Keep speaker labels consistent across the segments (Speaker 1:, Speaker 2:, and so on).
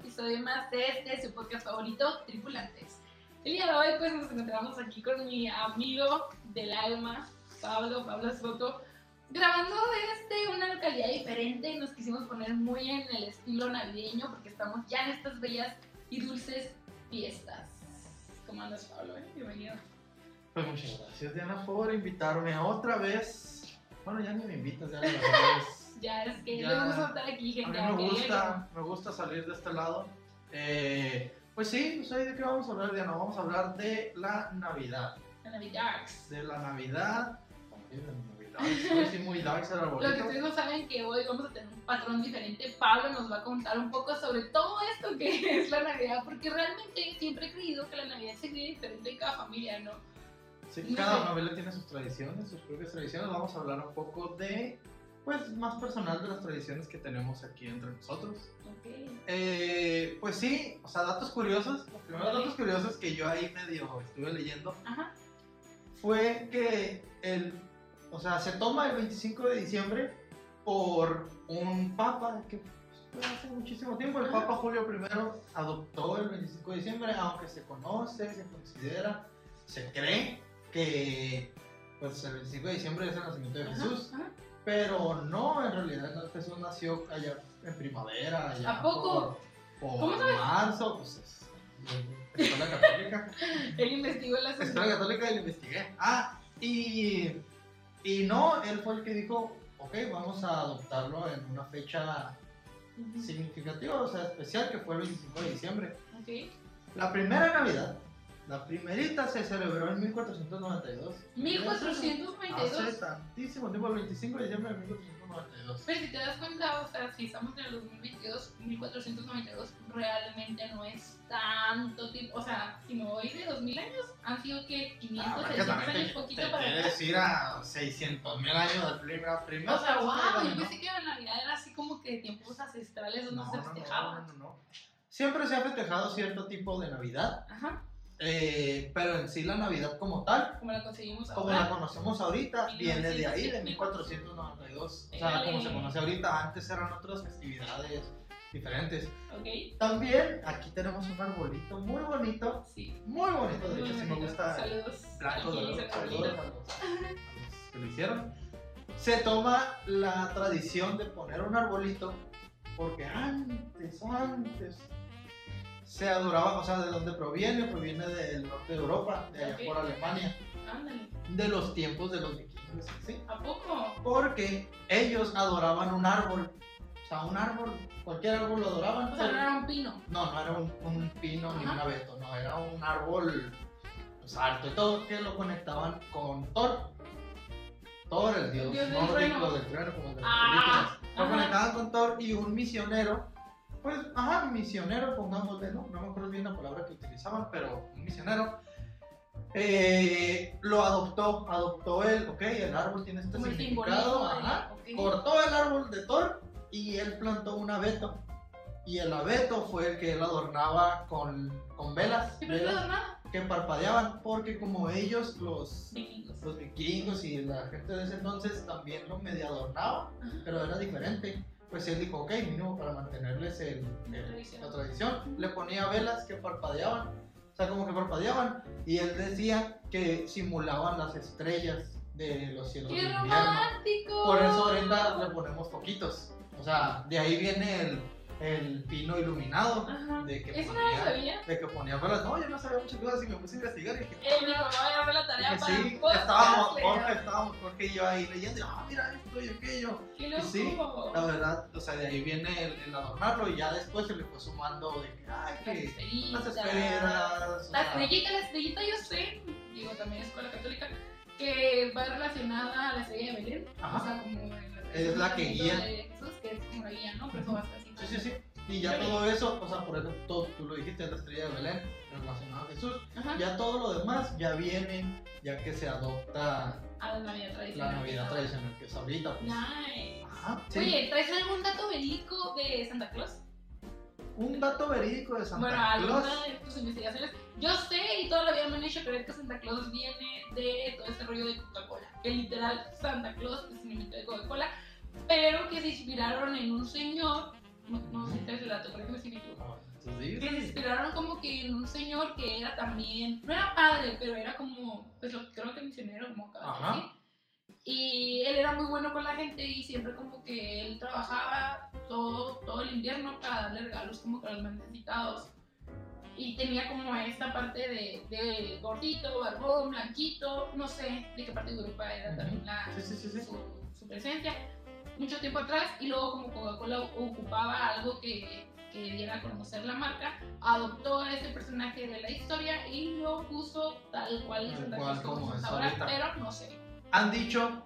Speaker 1: episodio más de su podcast favorito, Tripulantes. El día de hoy pues nos encontramos aquí con mi amigo del alma, Pablo Soto, grabando desde una localidad diferente. Nos quisimos poner muy en el estilo navideño porque estamos ya en estas bellas y dulces fiestas. ¿Cómo andas, Pablo? Bienvenido.
Speaker 2: Pues muchas gracias, Diana, por invitarme otra vez. Bueno, ya ni me invitas, ya la verdad es...
Speaker 1: Ya es que
Speaker 2: ya,
Speaker 1: le gusta estar aquí, gente.
Speaker 2: A mí me gusta salir de este lado. Pues sí, no sé de qué vamos a hablar, Diana. Vamos a hablar de la Navidad.
Speaker 1: La Navidad.
Speaker 2: De la Navidad. Hoy sí muy darks el arbolito.
Speaker 1: Lo que ustedes no saben que hoy vamos a tener un patrón diferente. Pablo nos va a contar un poco sobre todo esto que es la Navidad, porque realmente siempre he creído que la Navidad se vive diferente en cada familia, ¿no?
Speaker 2: Sí, cada familia tiene sus tradiciones, sus propias tradiciones. Vamos a hablar un poco de, pues, más personal de las tradiciones que tenemos aquí entre nosotros.
Speaker 1: Okay.
Speaker 2: Pues sí, o sea, datos curiosos. Los primeros datos curiosos que yo ahí medio estuve leyendo.
Speaker 1: Ajá.
Speaker 2: Fue que se toma el 25 de diciembre por un papa que fue hace muchísimo tiempo. El Papa Julio I adoptó el 25 de diciembre, aunque se conoce, se considera, se cree que pues el 25 de diciembre es el nacimiento de Jesús.
Speaker 1: Ajá.
Speaker 2: Pero no, en realidad Jesús nació allá en primavera, allá
Speaker 1: ¿A poco?
Speaker 2: por marzo, pues es escuela católica.
Speaker 1: Él investigó la
Speaker 2: Escuela católica y lo investigué. Y no, él fue el que dijo, ok, vamos a adoptarlo en una fecha significativa, o sea, especial, que fue el 25 de diciembre.
Speaker 1: Okay.
Speaker 2: La primera Navidad, la primerita, se celebró en 1492.
Speaker 1: 1492.
Speaker 2: Hace tantísimo tiempo, el 25 de diciembre de 1492.
Speaker 1: Pero si te das cuenta, o sea, si estamos en el 2022, 1492 realmente no es tanto tiempo. O sea, si me voy de 2000 años, han sido que 500, 600 años, poquito para acá.
Speaker 2: Quieres ir a 600,000 años de primera.
Speaker 1: O sea, wow, yo pensé que la Navidad era así como que tiempos ancestrales donde se festejaba.
Speaker 2: No. Siempre se ha festejado cierto tipo de Navidad.
Speaker 1: Ajá.
Speaker 2: Pero en sí la Navidad como tal,
Speaker 1: como la conseguimos
Speaker 2: como
Speaker 1: ahora,
Speaker 2: la conocemos ahorita, viene de ahí, de 1492. O sea, como se conoce ahorita, antes eran otras festividades diferentes.
Speaker 1: Ok.
Speaker 2: También aquí tenemos un arbolito muy bonito.
Speaker 1: Sí.
Speaker 2: Muy bonito, de hecho, sí me gusta.
Speaker 1: Saludos.
Speaker 2: Blanco,
Speaker 1: Aquí,
Speaker 2: saludos a los que lo hicieron. Se toma la tradición de poner un arbolito porque antes se adoraba, o sea, de dónde proviene del norte de Europa, de allá por Alemania.
Speaker 1: Ándale.
Speaker 2: De los tiempos de los vikingos, ¿sí?
Speaker 1: ¿A poco?
Speaker 2: Porque ellos adoraban un árbol. O sea, un árbol, cualquier árbol lo adoraban.
Speaker 1: O sea, no era un pino.
Speaker 2: No era un pino ni un abeto, no, era un árbol pues, alto y todo, que lo conectaban con Thor. Thor, el dios nórdico del trueno, como de las películas. Lo conectaban con Thor y un misionero. Pues, misionero, pongámosle, no me acuerdo bien la palabra que utilizaban, pero un misionero lo adoptó él, ok, el árbol tiene este
Speaker 1: como
Speaker 2: significado,
Speaker 1: okay.
Speaker 2: Cortó el árbol de Thor y él plantó un abeto, y el abeto fue el que él adornaba con velas,
Speaker 1: ¿Y por qué lo adornaba?
Speaker 2: que parpadeaban, porque como ellos, los
Speaker 1: vikingos
Speaker 2: y la gente de ese entonces también lo medio adornaban, pero era diferente. Pues él dijo, ok, mínimo para mantenerles la tradición, le ponía velas que parpadeaban, o sea, como que parpadeaban, y él decía que simulaban las estrellas de los cielos de invierno.
Speaker 1: ¡Qué
Speaker 2: Por eso ahorita le ponemos foquitos, o sea, de ahí viene el pino iluminado. De que
Speaker 1: ¿eso no lo sabía?
Speaker 2: De que ponía velas. No, yo no sabía muchas cosas y me puse a investigar y dije...
Speaker 1: Él dijo, voy a hacer la tarea para
Speaker 2: sí, estábamos Jorge y yo ahí leyendo, mira esto y aquello.
Speaker 1: ¡Qué loco!
Speaker 2: Y sí, la verdad, o sea, de ahí viene el adornarlo y ya después se le fue sumando de que, las esferas.
Speaker 1: La estrellita yo sé, digo, también escuela católica, que va relacionada a la estrella de Belén.
Speaker 2: Ajá.
Speaker 1: O sea, como
Speaker 2: es la que guía.
Speaker 1: De Jesús, que es como la guía, ¿no? Por eso va a estar así.
Speaker 2: Sí. Y ya todo eso, o sea, por eso tú lo dijiste, es la estrella de Belén, relacionada a Jesús.
Speaker 1: Ajá.
Speaker 2: Ya todo lo demás ya viene, ya que se adopta
Speaker 1: a la Navidad tradicional.
Speaker 2: La Navidad tradicional, que es ahorita, pues.
Speaker 1: Nice.
Speaker 2: Ajá, sí.
Speaker 1: Oye, ¿traes algún dato verídico de Santa Claus?
Speaker 2: Un dato verídico de Santa Claus.
Speaker 1: Bueno, alguna de tus investigaciones. Yo sé y toda la vida me han hecho creer que Santa Claus viene de todo este rollo de Coca-Cola. Que literal Santa Claus es un invento de Coca-Cola, pero que se inspiraron en un señor. No sé si es el dato, pero que me equivoco.
Speaker 2: sí.
Speaker 1: Que se inspiraron como que en un señor que era también, no era padre, pero era como, pues creo que misionero, como acabas de decir. Y él era muy bueno con la gente y siempre como que él trabajaba todo el invierno para darle regalos como que a los más necesitados. Y tenía como esta parte de gordito, barbón, blanquito, no sé de qué parte de Europa era también su presencia. Mucho tiempo atrás, y luego como Coca-Cola ocupaba algo que diera a conocer la marca, adoptó a ese personaje de la historia y lo puso tal cual
Speaker 2: como es
Speaker 1: ahora,
Speaker 2: ahorita.
Speaker 1: pero no sé.
Speaker 2: Han dicho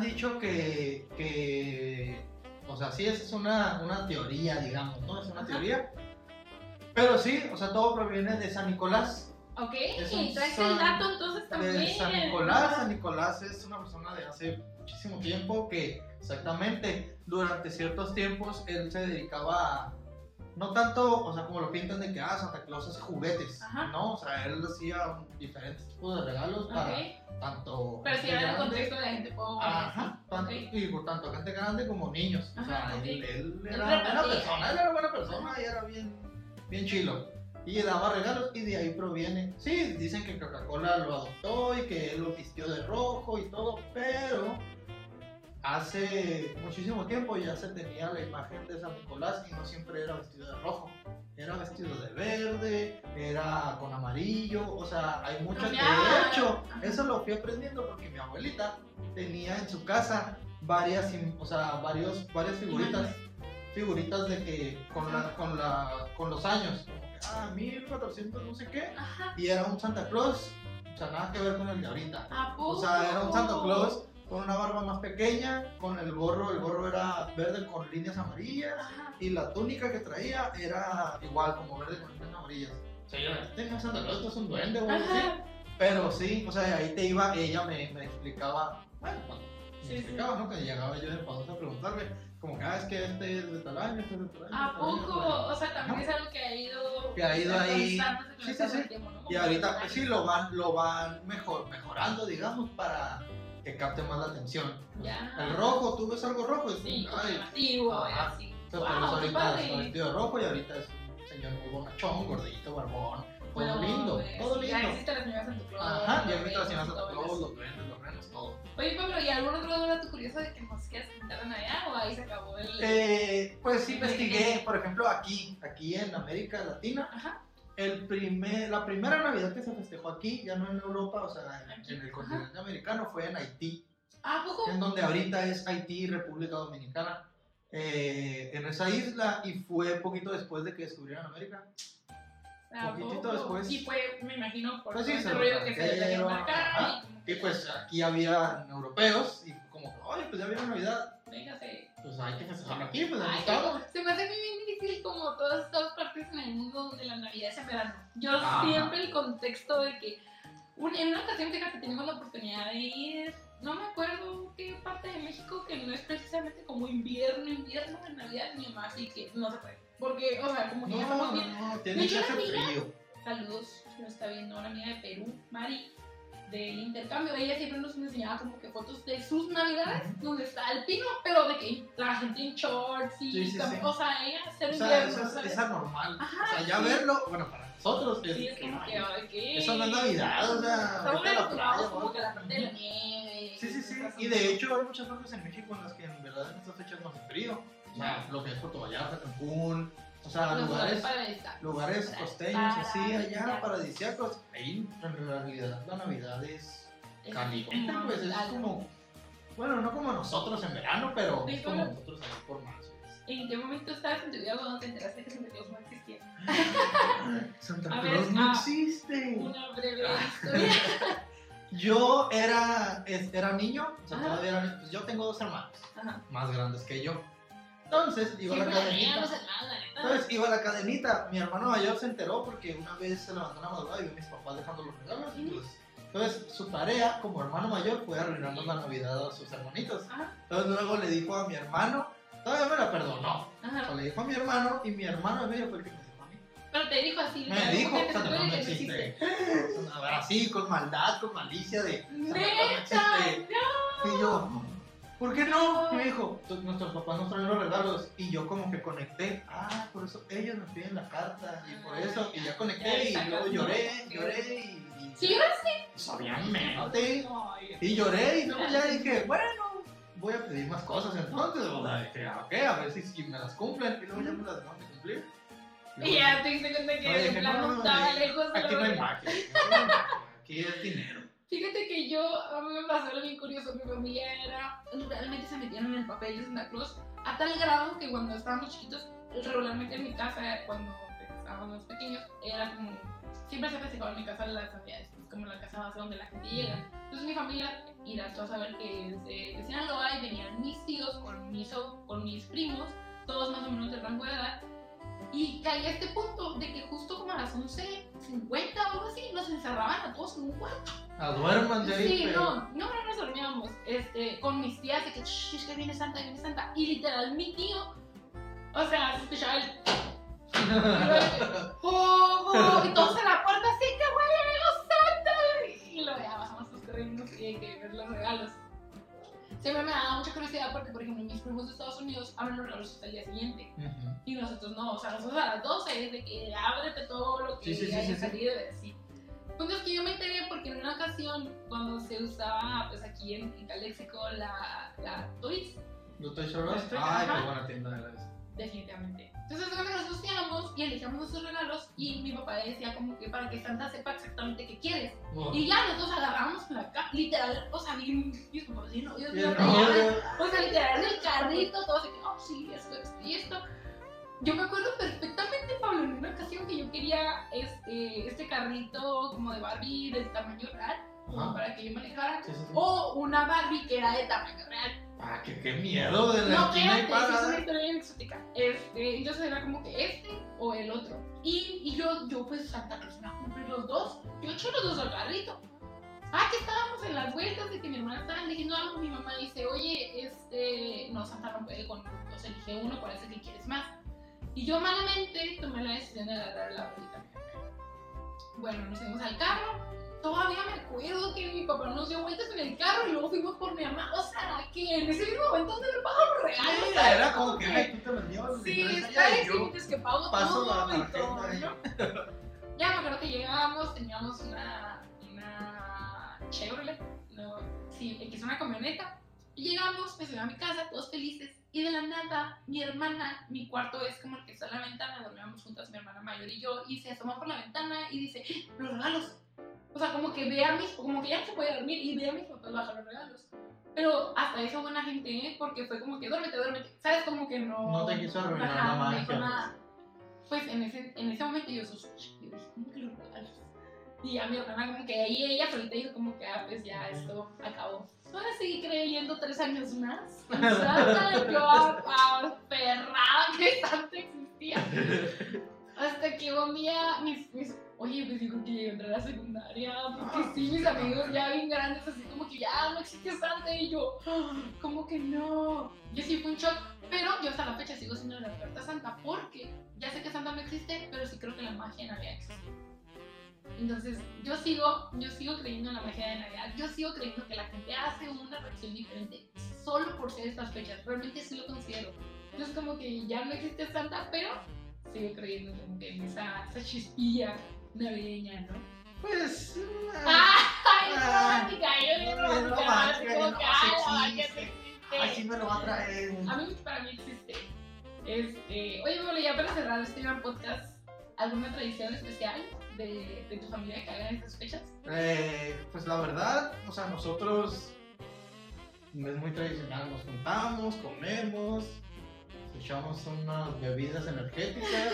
Speaker 2: que o sea, sí, esa es una teoría, digamos, ¿no? Es una teoría. Pero sí, o sea, todo proviene de San Nicolás.
Speaker 1: Ok, traes el dato entonces también.
Speaker 2: De San Nicolás. San Nicolás es una persona de hace muchísimo tiempo que exactamente durante ciertos tiempos él se dedicaba a, no tanto, o sea, como lo pintan de que Santa Claus hace juguetes, ¿no? O sea, él hacía diferentes tipos de regalos para tanto...
Speaker 1: Pero si era el contexto de gente pobre.
Speaker 2: Y por tanto gente grande como niños. O sea, él era buena persona, él era buena persona y era bien chilo. Y daba regalos y de ahí proviene. Sí, dicen que Coca-Cola lo adoptó y que él lo vistió de rojo y todo, pero hace muchísimo tiempo ya se tenía la imagen de San Nicolás y no siempre era vestido de rojo. Era vestido de verde, era con amarillo, o sea, hay muchas. De hecho, eso lo fui aprendiendo porque mi abuelita tenía en su casa varias figuritas de que con los años, 1400 no sé qué, y era un Santa Claus, o sea, nada que ver con el de ahorita. O sea, era un Santa Claus con una barba más pequeña, con el gorro era verde con líneas amarillas, y la túnica que traía era igual, como verde con líneas amarillas. O sea, yo tenía Santa Claus, esto es un duende, o algo así. Pero sí, o sea, ahí ella me explicaba, explicaba, ¿no? Que llegaba yo de enfadoso a preguntarme, como que, es que este es de tal año, este es de tal año.
Speaker 1: ¿A poco? O sea, también es algo que ha ido
Speaker 2: ahí. Sí. Tiempo, ¿no? Y ahorita, pues sí, lo van mejorando, digamos, para que capte más la atención.
Speaker 1: Ya.
Speaker 2: El rojo, tú ves algo rojo, es
Speaker 1: llamativo, así.
Speaker 2: Entonces, ahorita es vestido rojo y ahorita es un señor muy bonachón, gordito, barbón. Todo lindo.
Speaker 1: Ya existe la señora Santa Claus.
Speaker 2: Ya existe la señora Santa Claus, los duendes, los renos, todo.
Speaker 1: Oye, Pablo, ¿y algún otro dato curioso de que nos quieras contar de Navidad o ahí se acabó el...?
Speaker 2: Pues sí, investigué, por ejemplo, aquí en América Latina, la primera Navidad que se festejó aquí, ya no en Europa, o sea, en el continente americano, fue en Haití.
Speaker 1: ¿A poco?
Speaker 2: En donde ahorita es Haití, República Dominicana. En esa isla, y fue poquito después de que descubrieran América. Poquitito después.
Speaker 1: Y fue, me imagino, por
Speaker 2: pues
Speaker 1: todo el ruido que se le marcar.
Speaker 2: Y pues aquí había europeos, y como, oye, pues ya viene Navidad.
Speaker 1: Véngase.
Speaker 2: Pues hay que festejarlo aquí, pues aquí estamos.
Speaker 1: Se me hace bien difícil como todas partes en el mundo donde la Navidad es en verano. Yo siempre el contexto de que en una ocasión, fíjate, tenemos la oportunidad de ir, no me acuerdo qué parte de México, que no es precisamente como invierno en Navidad ni más, y que no se puede. Porque, o sea, como que ya estamos bien.
Speaker 2: No, tiene que hacer frío.
Speaker 1: Saludos, nos está viendo una amiga de Perú, Mari, del intercambio. Ella siempre nos enseñaba como que fotos de sus navidades, donde está el pino, pero de que la gente en shorts y o sea, ella hacer invierno.
Speaker 2: Es anormal. O sea, ya verlo, bueno, para nosotros
Speaker 1: es como que
Speaker 2: eso no es Navidad, o sea,
Speaker 1: estamos acostumbrados como que la parte de la nieve.
Speaker 2: Sí. Y de hecho hay muchas partes en México en las que en verdad en estas fechas no hace frío. O sea, lo que es Puerto Vallarta, Cancún, o sea, lugares costeños así, allá, paradisíacos. Ahí en realidad la Navidad es caliente, pues es como, bueno, no como nosotros en verano, pero es como nosotros ahí por marzo.
Speaker 1: ¿En qué momento estabas en tu vida cuando te enteraste que Santa Claus no existía?
Speaker 2: Santa Claus no existe.
Speaker 1: Una breve historia.
Speaker 2: Yo era niño, o sea, todavía era niño, pues yo tengo 2 hermanos más grandes que yo. Entonces iba a la cadenita. Mi hermano mayor se enteró porque una vez se levantó en la madrugada y vio a mis papás dejando los regalos. Entonces su tarea como hermano mayor fue arruinarnos la Navidad a sus hermanitos. Entonces luego le dijo a mi hermano, todavía me la perdonó. O sea, le dijo a mi hermano y mi hermano de medio fue el que me dijo a mí.
Speaker 1: Pero te dijo así.
Speaker 2: Me dijo, Santa Claus no existe. Así, con maldad, con malicia de Santa Claus no existe. Y yo... ¿por qué no? Y me dijo, nuestros papás nos traen los regalos. Y yo como que conecté, por eso ellos me piden la carta. Y por eso, y ya conecté y luego lloré y...
Speaker 1: ¿Sí lloraste?
Speaker 2: Pues obviamente. Y lloré y luego ya dije, bueno, voy a pedir más cosas entonces. O sea, dije, ok, a ver si me las cumplen. Y luego ya me las dejaron de cumplir.
Speaker 1: Y ya te diste cuenta que el plan estaba lejos de
Speaker 2: aquí no hay magia. Aquí es dinero.
Speaker 1: Fíjate que a mí me pasó algo bien curioso. Mi familia realmente se metían en el papel de Santa Claus a tal grado que cuando estábamos chiquitos, regularmente en mi casa, cuando estábamos pequeños, era como, siempre se festejaba en mi casa las navidades, es como la casa base donde la gente llega. Entonces mi familia, irás tú a saber que de Sinaloa y venían mis tíos con mis primos, todos más o menos del rango de edad. Y caí a este punto de que justo como a las 11:50 o algo así, nos encerraban a todos en un cuarto.
Speaker 2: Duerman de ahí.
Speaker 1: Sí,
Speaker 2: pero...
Speaker 1: no nos dormíamos. Con mis tías de que, es que viene Santa. Y literal, mi tío, o sea, se escuchaba el... y todos en la puerta así, que güey, llegó Santa. Y lo ya bajamos los corriendo y hay que ver los regalos. Siempre me da mucha curiosidad porque, por ejemplo, mis primos de Estados Unidos abren los regalos hasta el día siguiente. Y nosotros no, o sea, nosotros a las 12 es de que ábrete todo lo que haya salido de así. Punto es que yo me enteré porque en una ocasión, cuando se usaba, pues aquí en Caléxico, la Toys.
Speaker 2: ¿Los Toys R Us? Ay, qué buena tienda era esa.
Speaker 1: Definitivamente. Entonces, cuando nos buscamos y elegíamos nuestros regalos, y mi papá decía como que para que Santa sepa exactamente qué quieres. Y ya nosotros agarramos la caja, literal, o sea, mis papás, no, o sea, literal, en el carrito, todo así que, sí, esto y esto. Yo me acuerdo perfectamente, Pablo, en una ocasión que yo quería este carrito como de Barbie del tamaño real, como para que yo manejara, o una Barbie que era de tamaño real.
Speaker 2: Qué miedo de la esquina y para.
Speaker 1: Es una historia bien exótica. Entonces era como que o el otro. Y yo pues Santa Claus me va a cumplir los dos. Yo eché los dos al carrito. Que estábamos en las vueltas de que mi hermana estaba eligiendo algo. Mi mamá dice, oye, no, Santa no puede con los elige uno, ¿cuál es el que quieres más? Y yo malamente tomé la decisión de agarrar la bolita. Bueno, nos fuimos al carro. Todavía me acuerdo que mi papá nos dio vueltas en el carro y luego fuimos por mi mamá. O sea, que en ese mismo momento donde me pagan los regalos.
Speaker 2: Sí, era como que tú te los llevas.
Speaker 1: Sí, está difícil, es que pago
Speaker 2: paso
Speaker 1: todo
Speaker 2: la
Speaker 1: y todo,
Speaker 2: tarjeta,
Speaker 1: ¿no? Ya me acuerdo que llegábamos, teníamos una Chevrolet, que es una camioneta. Y llegamos, me subí a mi casa, todos felices. Y de la nada, mi hermana, mi cuarto es como el que está en la ventana, dormíamos juntas, mi hermana mayor y yo, y se asoma por la ventana y dice, los regalos. O sea, como que como que ya no se puede dormir y ve a mis papás bajar los regalos. Pero hasta eso buena gente, porque fue como que duérmete. ¿Sabes? Como que no
Speaker 2: te quiso arruinar la magia.
Speaker 1: Nada. Pues en ese momento yo dije, ¿cómo que los regalos? Y a mi hermana como que ahí ella solita dijo como que, pues ya esto acabó. Ahora seguí creyendo 3 años más. En Santa, yo aferrada que Santa existía. Hasta que un día oye, pues yo creo que llegué a entrar a la secundaria, porque sí, mis amigos ya bien grandes, así como que ya no existe Santa, y yo, como que no. Yo sí fue un shock, pero yo hasta la fecha sigo siendo la carta Santa, porque ya sé que Santa no existe, pero sí creo que la magia de Navidad existe. Entonces, yo sigo creyendo en la magia de Navidad, yo sigo creyendo que la gente hace una reacción diferente solo por ser estas fechas, realmente sí lo considero. Entonces, como que ya no existe Santa, pero sigo creyendo como que en esa chispilla navideña, ¿no?
Speaker 2: Pues...
Speaker 1: ¡Ay, romántica! Yo bien
Speaker 2: romántica.
Speaker 1: Así
Speaker 2: me lo va a traer.
Speaker 1: Para mí existe. Oye, Mole, ya para cerrar este gran podcast, ¿alguna tradición especial de tu familia que hagan en estas fechas?
Speaker 2: Pues la verdad, o sea, nosotros es muy tradicional, nos juntamos, comemos, echamos unas bebidas energéticas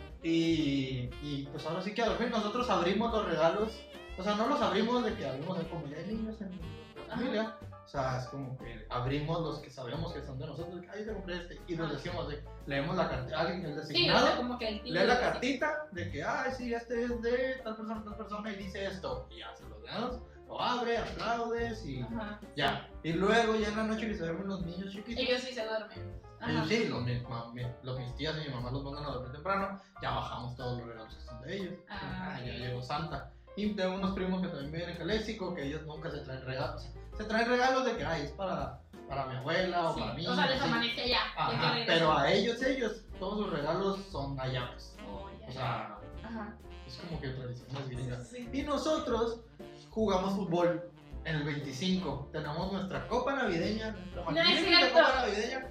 Speaker 2: y pues ahora sí que a dormir. Nosotros abrimos los regalos, o sea, no los abrimos de que abrimos de como ya hay niños en nuestra familia. O sea, es como que abrimos los que sabemos que son de nosotros, que ahí te compré y nos decimos, leemos la cartita, alguien el designado,
Speaker 1: sí, como que
Speaker 2: lee la cartita de que, sí, este es de tal persona y dice esto, y ya se lo damos, lo abre, aplaudes y ya. Y luego ya en la noche que se duermen los niños chiquitos.
Speaker 1: Ellos sí se duermen.
Speaker 2: Ellos sí, mis tías y mi mamá los mandan a dormir temprano, ya bajamos todos los regalos que son de ellos. Ya llegó Santa. Y tengo unos primos que también viven en Caléxico, que ellos nunca se traen regalos. Se traen regalos de que, es para para mi abuela o
Speaker 1: Sí,
Speaker 2: para mí.
Speaker 1: o sea, les
Speaker 2: así.
Speaker 1: amanece allá.
Speaker 2: Ajá, pero a ellos, todos sus regalos son allá, pues.
Speaker 1: Oh, ya.
Speaker 2: O sea,
Speaker 1: Ajá.
Speaker 2: es como que tradiciones gringas.
Speaker 1: Sí.
Speaker 2: Y nosotros jugamos fútbol en el 25. Tenemos nuestra copa navideña, nuestra
Speaker 1: No es
Speaker 2: magnífica
Speaker 1: cierto.
Speaker 2: copa navideña.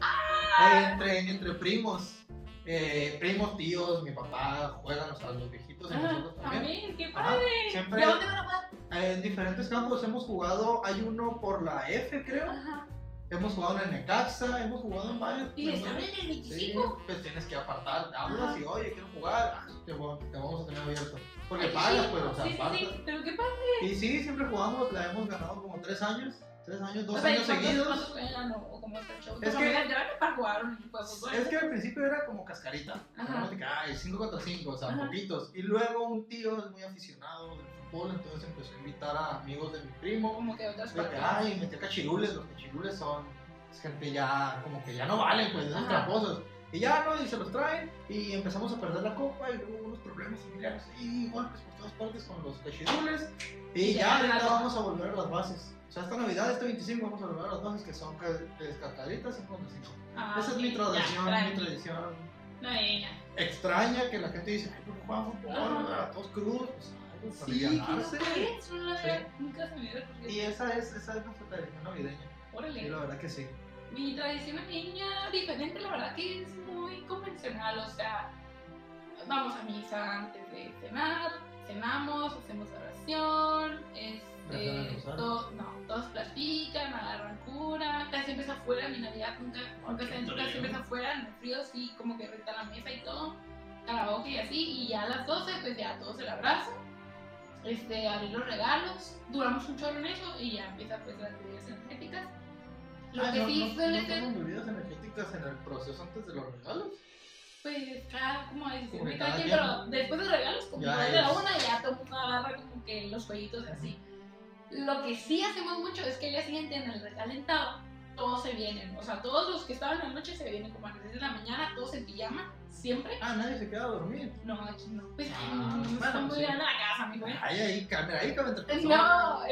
Speaker 2: Entre primos, primos, tíos, mi papá juegan, o sea, los viejitos y nosotros también.
Speaker 1: Amén, qué
Speaker 2: Ajá,
Speaker 1: padre.
Speaker 2: siempre
Speaker 1: ¿De dónde van a jugar?
Speaker 2: en diferentes campos hemos jugado. Hay uno por la F, creo.
Speaker 1: Ajá.
Speaker 2: Hemos jugado en el Necaxa, hemos jugado en varios.
Speaker 1: ¿Y están en el
Speaker 2: Sí,
Speaker 1: 25?
Speaker 2: pues tienes que apartar, hablas
Speaker 1: Ajá.
Speaker 2: y oye, quiero jugar, te vamos a tener abierto. Porque
Speaker 1: Ay,
Speaker 2: pagas,
Speaker 1: sí,
Speaker 2: pues, o sea,
Speaker 1: sí,
Speaker 2: apartas.
Speaker 1: sí, pero qué padre.
Speaker 2: Y sí, siempre jugamos, la hemos ganado como 3 años, 2
Speaker 1: O
Speaker 2: años
Speaker 1: sea,
Speaker 2: seguidos.
Speaker 1: ¿cuántos juegan o cómo está el show?
Speaker 2: Es
Speaker 1: Es
Speaker 2: que-
Speaker 1: que es grande para jugar un equipo de fútbol.
Speaker 2: Es que al principio era como cascarita,
Speaker 1: Ajá.
Speaker 2: como de que, ay, 5 contra 5, o sea,
Speaker 1: Ajá.
Speaker 2: poquitos. Y luego un tío es muy aficionado del fútbol, entonces empezó a invitar a amigos de mi primo.
Speaker 1: Como que otras
Speaker 2: De que,
Speaker 1: partidas.
Speaker 2: ay, metía cachirules, los cachirules son gente ya, como que ya no valen, pues, esos
Speaker 1: Ajá.
Speaker 2: tramposos. Y ya, ¿no? Y se los traen, y empezamos a perder la copa, y luego unos problemas familiares, y golpes por todas partes con los cachirules. Y ya, ahorita
Speaker 1: nada.
Speaker 2: vamos a volver a las bases. O sea, esta Navidad, este 25, vamos a volver a las bases, que son cascaditas 5 contra 5.
Speaker 1: Ah,
Speaker 2: Esa es
Speaker 1: ok,
Speaker 2: mi
Speaker 1: ya,
Speaker 2: tradición,
Speaker 1: tranqui.
Speaker 2: mi tradición
Speaker 1: Navideña.
Speaker 2: extraña, que la gente dice, ay, ¿por qué jugamos fútbol?
Speaker 1: Ajá.
Speaker 2: ¿Verdad? Todos crudos, pues, algo para
Speaker 1: Sí,
Speaker 2: alivianarse.
Speaker 1: ¿qué es? Nunca se me dio ocurrido.
Speaker 2: Y esa es nuestra tradición navideña. Sí,
Speaker 1: Órale.
Speaker 2: la verdad que sí.
Speaker 1: Mi tradición navideña diferente, la verdad que es muy convencional, o sea, vamos a misa antes de cenar, cenamos, hacemos oración,
Speaker 2: Rezan el rosario.
Speaker 1: todos platican, agarran cura, casi empieza afuera, mi Navidad nunca se entra, casi empieza afuera, en el frío sí, como que renta la mesa y todo, karaoke y así, y ya a las 12 pues ya todos el abrazo, abrir los regalos, duramos un chorro en eso y ya empieza pues las bebidas energéticas. Lo que sí suele ser,
Speaker 2: toman bebidas energéticas en el proceso antes de los regalos.
Speaker 1: pues cada como
Speaker 2: Como
Speaker 1: decisión
Speaker 2: que
Speaker 1: de cada
Speaker 2: cada
Speaker 1: quien,
Speaker 2: quien.
Speaker 1: pero después de regalos, como
Speaker 2: Ya
Speaker 1: desde la
Speaker 2: es.
Speaker 1: una, ya todo el mundo agarra como que los jueguitos y así. Lo que sí hacemos mucho es que el día siguiente en el recalentado, todos se vienen, o sea, todos los que estaban en la noche se vienen como a las 10 de la mañana, todos en pijama, siempre.
Speaker 2: Ah, nadie se queda a dormir.
Speaker 1: No, aquí no, pues
Speaker 2: Ah,
Speaker 1: está
Speaker 2: bueno,
Speaker 1: muy
Speaker 2: sí.
Speaker 1: grande la casa, amigo.
Speaker 2: Ahí cabe entre personas.
Speaker 1: No,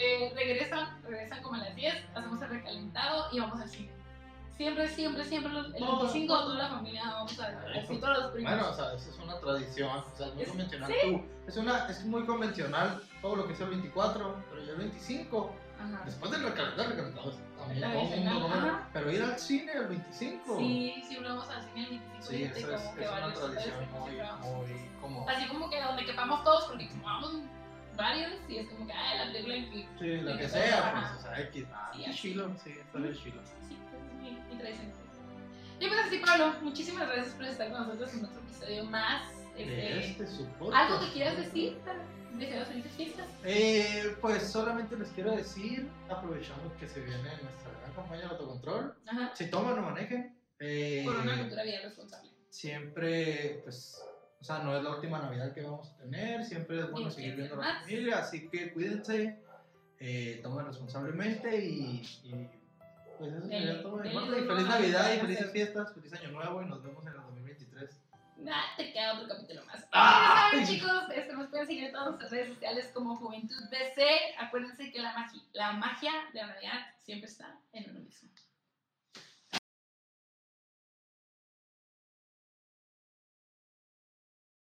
Speaker 1: regresan como a las 10, hacemos el recalentado y vamos al cine. Siempre, el
Speaker 2: Todo,
Speaker 1: 25
Speaker 2: todo.
Speaker 1: toda la familia vamos a
Speaker 2: Ay,
Speaker 1: así todos los primos.
Speaker 2: Bueno, o sea, esa es una tradición, o sea, es muy
Speaker 1: Es-
Speaker 2: convencional.
Speaker 1: sí.
Speaker 2: Es muy convencional todo lo que es el 24, pero ya el 25,
Speaker 1: Ajá.
Speaker 2: después del recalentado, también
Speaker 1: La
Speaker 2: todo el mundo
Speaker 1: cena,
Speaker 2: come,
Speaker 1: ajá.
Speaker 2: pero ir al cine el 25.
Speaker 1: Sí, siempre vamos al cine el 25
Speaker 2: Sí,
Speaker 1: y
Speaker 2: esa es
Speaker 1: como que
Speaker 2: una
Speaker 1: varios
Speaker 2: tradición
Speaker 1: hoteles,
Speaker 2: muy,
Speaker 1: siempre vamos.
Speaker 2: muy como...
Speaker 1: Así como que donde quepamos todos, porque como vamos varios, y es como que, la película en que.
Speaker 2: Sí, lo
Speaker 1: de
Speaker 2: que
Speaker 1: que
Speaker 2: sea,
Speaker 1: ajá.
Speaker 2: pues, o sea, X.
Speaker 1: Sí,
Speaker 2: Qué
Speaker 1: así.
Speaker 2: chilo, sí, está bien chilo.
Speaker 1: Sí, pues es mi tradición. Y pues así, Pablo, muchísimas gracias por estar con nosotros en otro episodio más.
Speaker 2: De su podcast.
Speaker 1: ¿Algo que quieras decir? Deseos felices fiestas.
Speaker 2: Pues solamente les quiero decir, aprovechando que se viene nuestra gran campaña de autocontrol,
Speaker 1: Ajá.
Speaker 2: si toman o manejen,
Speaker 1: Por una cultura bien responsable.
Speaker 2: siempre, pues, o sea, no es la última Navidad que vamos a tener, siempre es bueno
Speaker 1: Bien,
Speaker 2: seguir
Speaker 1: bien,
Speaker 2: viendo a la
Speaker 1: más.
Speaker 2: familia, así que cuídense, tomen responsablemente y pues eso
Speaker 1: Dele,
Speaker 2: sería todo de mi
Speaker 1: dele
Speaker 2: parte. Y
Speaker 1: duro
Speaker 2: feliz
Speaker 1: a lo que
Speaker 2: Navidad y
Speaker 1: vayan a
Speaker 2: felices
Speaker 1: hacer.
Speaker 2: fiestas, feliz año nuevo y nos vemos en el 2023.
Speaker 1: Te queda otro capítulo más.
Speaker 2: ¡Ah!
Speaker 1: Ya saben, chicos, nos pueden seguir en todas nuestras redes sociales como Juventud BC. Acuérdense que la magia de la Navidad siempre está en uno mismo.